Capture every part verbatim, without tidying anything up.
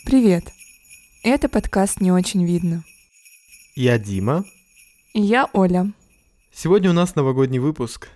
Привет! Это подкаст «Не очень видно». Я Дима. И я Оля. Сегодня у нас новогодний выпуск.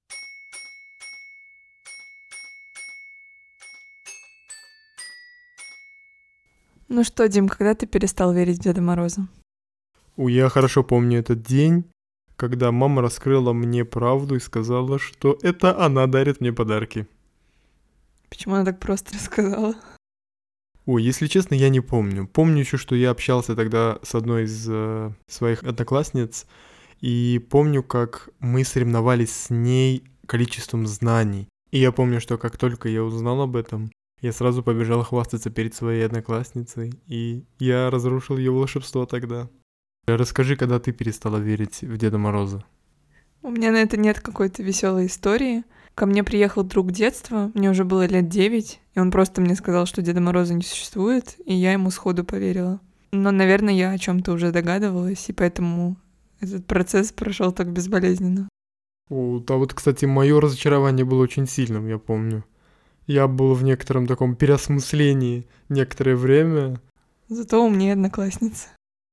Ну что, Дим, когда ты перестал верить в Деда Мороза? У, я хорошо помню этот день, когда мама раскрыла мне правду и сказала, что это она дарит мне подарки. Почему она так просто рассказала? Ой, если честно, я не помню. Помню еще, что я общался тогда с одной из э, своих одноклассниц, и помню, как мы соревновались с ней количеством знаний. И я помню, что как только я узнал об этом, я сразу побежал хвастаться перед своей одноклассницей, и я разрушил ее волшебство тогда. Расскажи, когда ты перестала верить в Деда Мороза. У меня на это нет какой-то веселой истории. Ко мне приехал друг детства, мне уже было лет девять, и он просто мне сказал, что Деда Мороза не существует, и я ему сходу поверила. Но, наверное, я о чем-то уже догадывалась, и поэтому этот процесс прошел так безболезненно. О, да вот, кстати, мое разочарование было очень сильным, я помню. Я был в некотором таком переосмыслении некоторое время. Зато умнее одноклассница.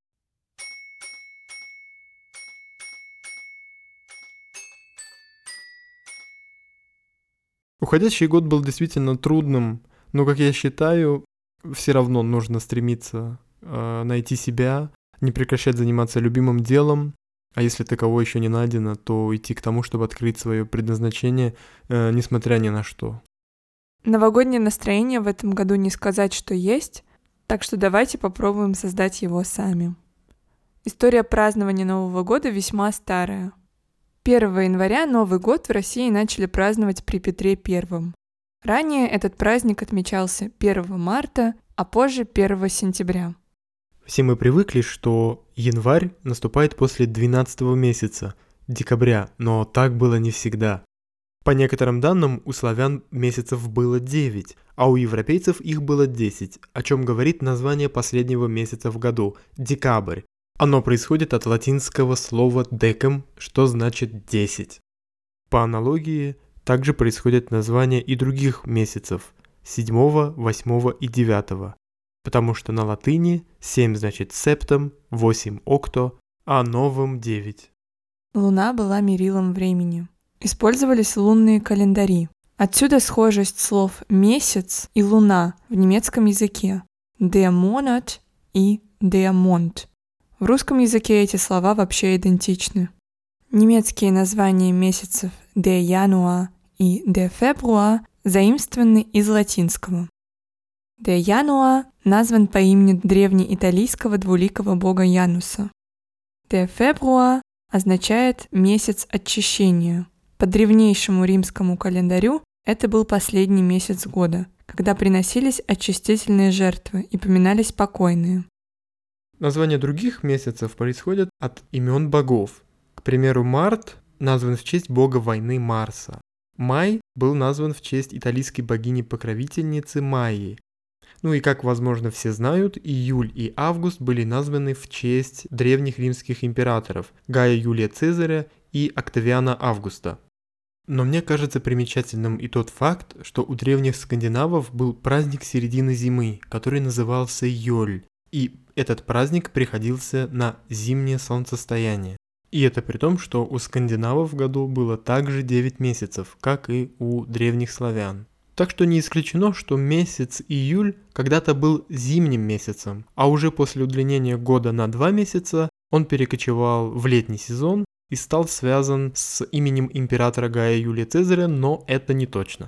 Уходящий год был действительно трудным, но, как я считаю, все равно нужно стремиться э, найти себя, не прекращать заниматься любимым делом, а если таково еще не найдено, то идти к тому, чтобы открыть свое предназначение, э, несмотря ни на что. Новогоднее настроение в этом году не сказать, что есть, так что давайте попробуем создать его сами. История празднования Нового года весьма старая. первого января Новый год в России начали праздновать при Петре Первом. Ранее этот праздник отмечался первого марта, а позже первого сентября. Все мы привыкли, что январь наступает после двенадцатого месяца, декабря, но так было не всегда. По некоторым данным, у славян месяцев было девять, а у европейцев их было десять, о чем говорит название последнего месяца в году – декабрь. Оно происходит от латинского слова «decem», что значит «десять». По аналогии, также происходит название и других месяцев – седьмого, восьмого и девятого, потому что на латыни семь значит «septem», восемь – «octo», а новым – девять. Луна была мерилом времени. Использовались лунные календари. Отсюда схожесть слов «месяц» и «луна» в немецком языке – «der Monat» и «der Mond». В русском языке эти слова вообще идентичны. Немецкие названия месяцев «der Januar» и «der Februar» заимствованы из латинского. «Der Januar» назван по имени древнеиталийского двуликого бога Януса. «Der Februar» означает «месяц очищения». По древнейшему римскому календарю это был последний месяц года, когда приносились очистительные жертвы и поминались покойные. Названия других месяцев происходят от имен богов. К примеру, март назван в честь бога войны Марса. Май был назван в честь итальянской богини-покровительницы Майи. Ну и, как, возможно, все знают, июль и август были названы в честь древних римских императоров Гая Юлия Цезаря и Октавиана Августа. Но мне кажется примечательным и тот факт, что у древних скандинавов был праздник середины зимы, который назывался Йоль, и этот праздник приходился на зимнее солнцестояние. И это при том, что у скандинавов в году было также девять месяцев, как и у древних славян. Так что не исключено, что месяц июль когда-то был зимним месяцем, а уже после удлинения года на два месяца он перекочевал в летний сезон и стал связан с именем императора Гая Юлия Цезаря, но это не точно.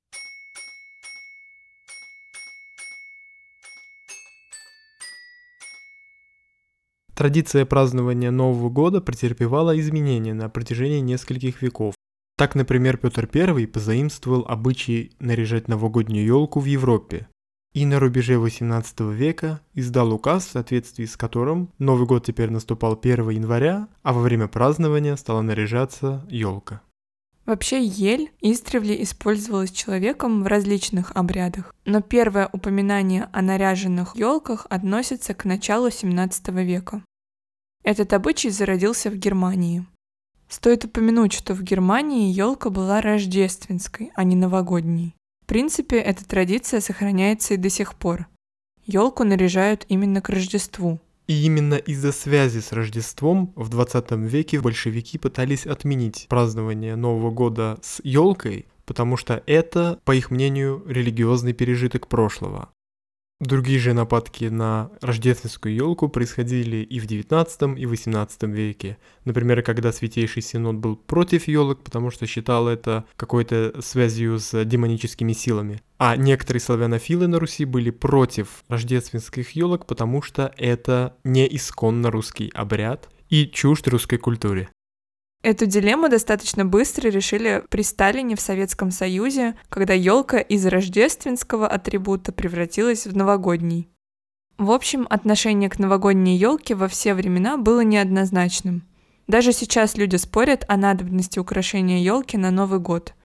Традиция празднования Нового года претерпевала изменения на протяжении нескольких веков. Так, например, Петр Первый позаимствовал обычай наряжать новогоднюю елку в Европе. И на рубеже восемнадцатого века издал указ, в соответствии с которым Новый год теперь наступал первого января, а во время празднования стала наряжаться елка. Вообще ель издревле использовалась человеком в различных обрядах, но первое упоминание о наряженных елках относится к началу семнадцатого века. Этот обычай зародился в Германии. Стоит упомянуть, что в Германии елка была рождественской, а не новогодней. В принципе, эта традиция сохраняется и до сих пор. Елку наряжают именно к Рождеству. И именно из-за связи с Рождеством в двадцатом веке большевики пытались отменить празднование Нового года с елкой, потому что это, по их мнению, религиозный пережиток прошлого. Другие же нападки на рождественскую елку происходили и в девятнадцатом, и в восемнадцатом веке. Например, когда Святейший Синод был против елок, потому что считал это какой-то связью с демоническими силами. А некоторые славянофилы на Руси были против рождественских елок, потому что это не исконно русский обряд и чужд русской культуре. Эту дилемму достаточно быстро решили при Сталине в Советском Союзе, когда елка из рождественского атрибута превратилась в новогодний. В общем, отношение к новогодней елке во все времена было неоднозначным. Даже сейчас люди спорят о надобности украшения елки на Новый год.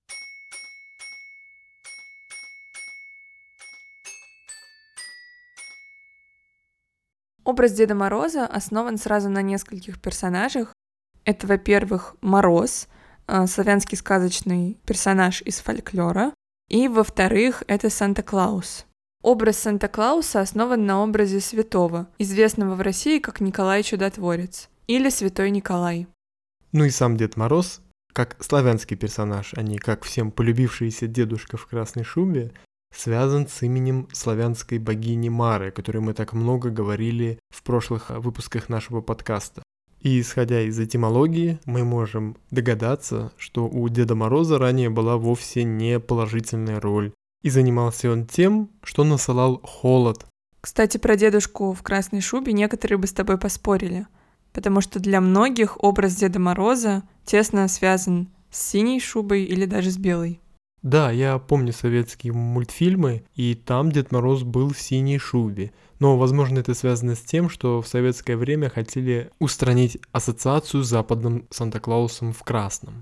Образ Деда Мороза основан сразу на нескольких персонажах. Это, во-первых, Мороз, славянский сказочный персонаж из фольклора, и, во-вторых, это Санта-Клаус. Образ Санта-Клауса основан на образе святого, известного в России как Николай Чудотворец, или Святой Николай. Ну и сам Дед Мороз, как славянский персонаж, а не как всем полюбившийся дедушка в красной шубе, связан с именем славянской богини Мары, о которой мы так много говорили в прошлых выпусках нашего подкаста. И исходя из этимологии, мы можем догадаться, что у Деда Мороза ранее была вовсе не положительная роль. И занимался он тем, что насылал холод. Кстати, про дедушку в красной шубе некоторые бы с тобой поспорили, потому что для многих образ Деда Мороза тесно связан с синей шубой или даже с белой. Да, я помню советские мультфильмы, и там Дед Мороз был в синей шубе. Но, возможно, это связано с тем, что в советское время хотели устранить ассоциацию с западным Санта-Клаусом в красном.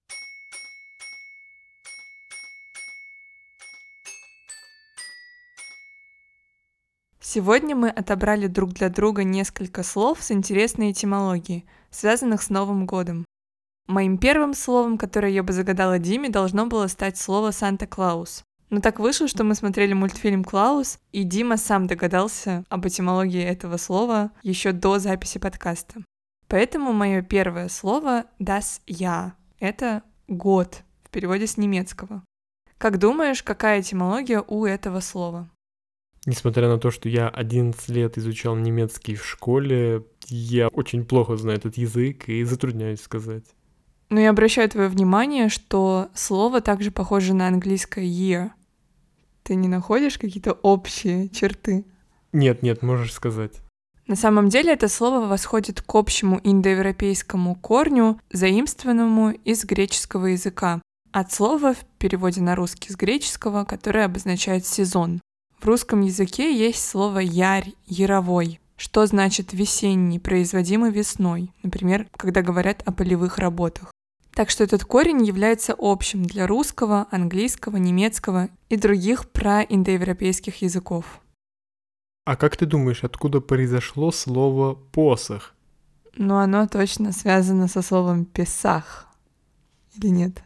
Сегодня мы отобрали друг для друга несколько слов с интересной этимологией, связанных с Новым годом. Моим первым словом, которое я бы загадала Диме, должно было стать слово «Санта-Клаус». Но так вышло, что мы смотрели мультфильм «Клаус», и Дима сам догадался об этимологии этого слова еще до записи подкаста. Поэтому мое первое слово «das Jahr» — это «год» в переводе с немецкого. Как думаешь, какая этимология у этого слова? Несмотря на то, что я одиннадцать лет изучал немецкий в школе, я очень плохо знаю этот язык и затрудняюсь сказать. Но я обращаю твое внимание, что слово также похоже на английское year. Ты не находишь какие-то общие черты? Нет, нет, можешь сказать. На самом деле это слово восходит к общему индоевропейскому корню, заимствованному из греческого языка, от слова в переводе на русский с греческого, которое обозначает сезон. В русском языке есть слово «ярь», «яровой», что значит «весенний», производимый весной, например, когда говорят о полевых работах. Так что этот корень является общим для русского, английского, немецкого и других проиндоевропейских языков. А как ты думаешь, откуда произошло слово «посох»? Ну, оно точно связано со словом «песах». Или нет?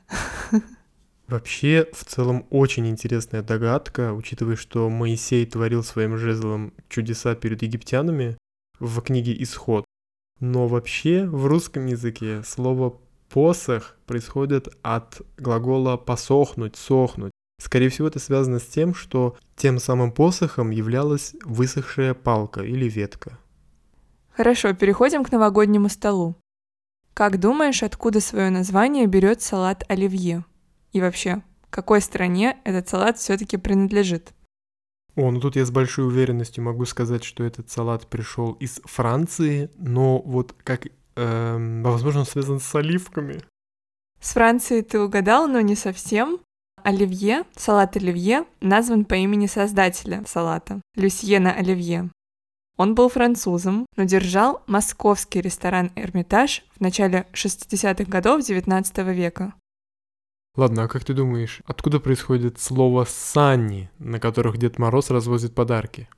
Вообще, в целом, очень интересная догадка, учитывая, что Моисей творил своим жезлом чудеса перед египтянами в книге «Исход». Но вообще, в русском языке слово «посох» происходит от глагола «посохнуть», «сохнуть». Скорее всего, это связано с тем, что тем самым посохом являлась высохшая палка или ветка. Хорошо, переходим к новогоднему столу. Как думаешь, откуда свое название берет салат оливье? И вообще, какой стране этот салат все-таки принадлежит? О, ну тут я с большой уверенностью могу сказать, что этот салат пришел из Франции, но вот как, эм, возможно, он связан с оливками. С Францией ты угадал, но не совсем. Оливье, салат оливье, назван по имени создателя салата, Люсьена Оливье. Он был французом, но держал московский ресторан «Эрмитаж» в начале шестидесятых годов девятнадцатого века. Ладно, а как ты думаешь, откуда происходит слово «сани», на которых Дед Мороз развозит подарки?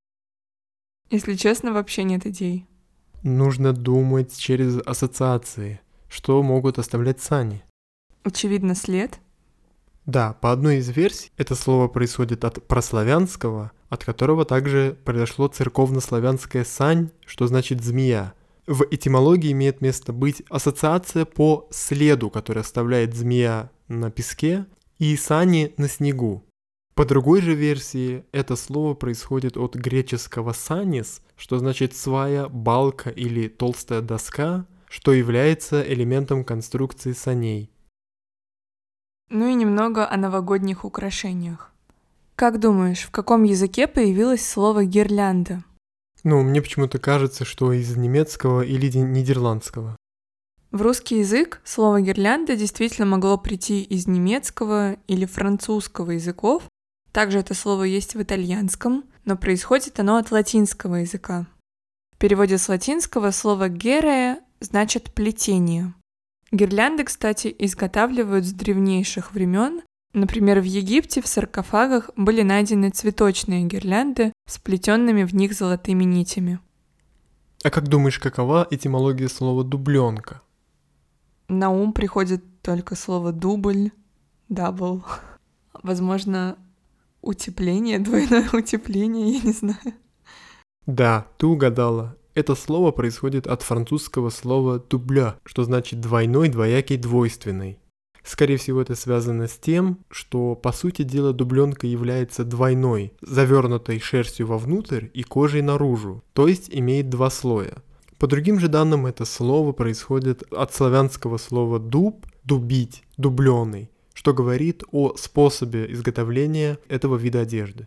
Если честно, вообще нет идей. Нужно думать через ассоциации, что могут оставлять сани. Очевидно, след. Да, по одной из версий это слово происходит от прославянского, от которого также произошло церковнославянское «сань», что значит «змея». В этимологии имеет место быть ассоциация по следу, который оставляет змея на песке, и сани на снегу. По другой же версии это слово происходит от греческого «санис», что значит «свая», «балка» или «толстая доска», что является элементом конструкции саней. Ну и немного о новогодних украшениях. Как думаешь, в каком языке появилось слово «гирлянда»? Ну, мне почему-то кажется, что из немецкого или нидерландского. В русский язык слово «гирлянда» действительно могло прийти из немецкого или французского языков. Также это слово есть в итальянском, но происходит оно от латинского языка. В переводе с латинского слово «герея» значит «плетение». Гирлянды, кстати, изготавливают с древнейших времен. Например, в Египте в саркофагах были найдены цветочные гирлянды с плетенными в них золотыми нитями. А как думаешь, какова этимология слова «дубленка»? На ум приходит только слово «дубль», «дабл». Возможно, утепление, двойное утепление, я не знаю. Да, ты угадала. Это слово происходит от французского слова «дубля», что значит «двойной», «двоякий», «двойственный». Скорее всего, это связано с тем, что, по сути дела, дубленка является двойной, завернутой шерстью вовнутрь и кожей наружу, то есть имеет два слоя. По другим же данным, это слово происходит от славянского слова «дуб», «дубить», «дубленый», что говорит о способе изготовления этого вида одежды.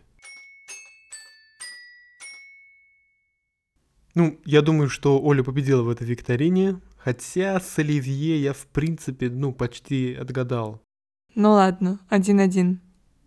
Ну, я думаю, что Оля победила в этой викторине, хотя с оливье я, в принципе, ну, почти отгадал. Ну ладно, один-один.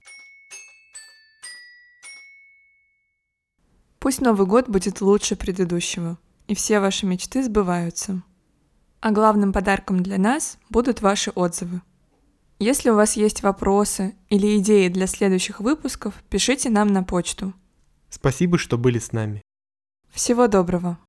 Пусть Новый год будет лучше предыдущего, и все ваши мечты сбываются. А главным подарком для нас будут ваши отзывы. Если у вас есть вопросы или идеи для следующих выпусков, пишите нам на почту. Спасибо, что были с нами. Всего доброго!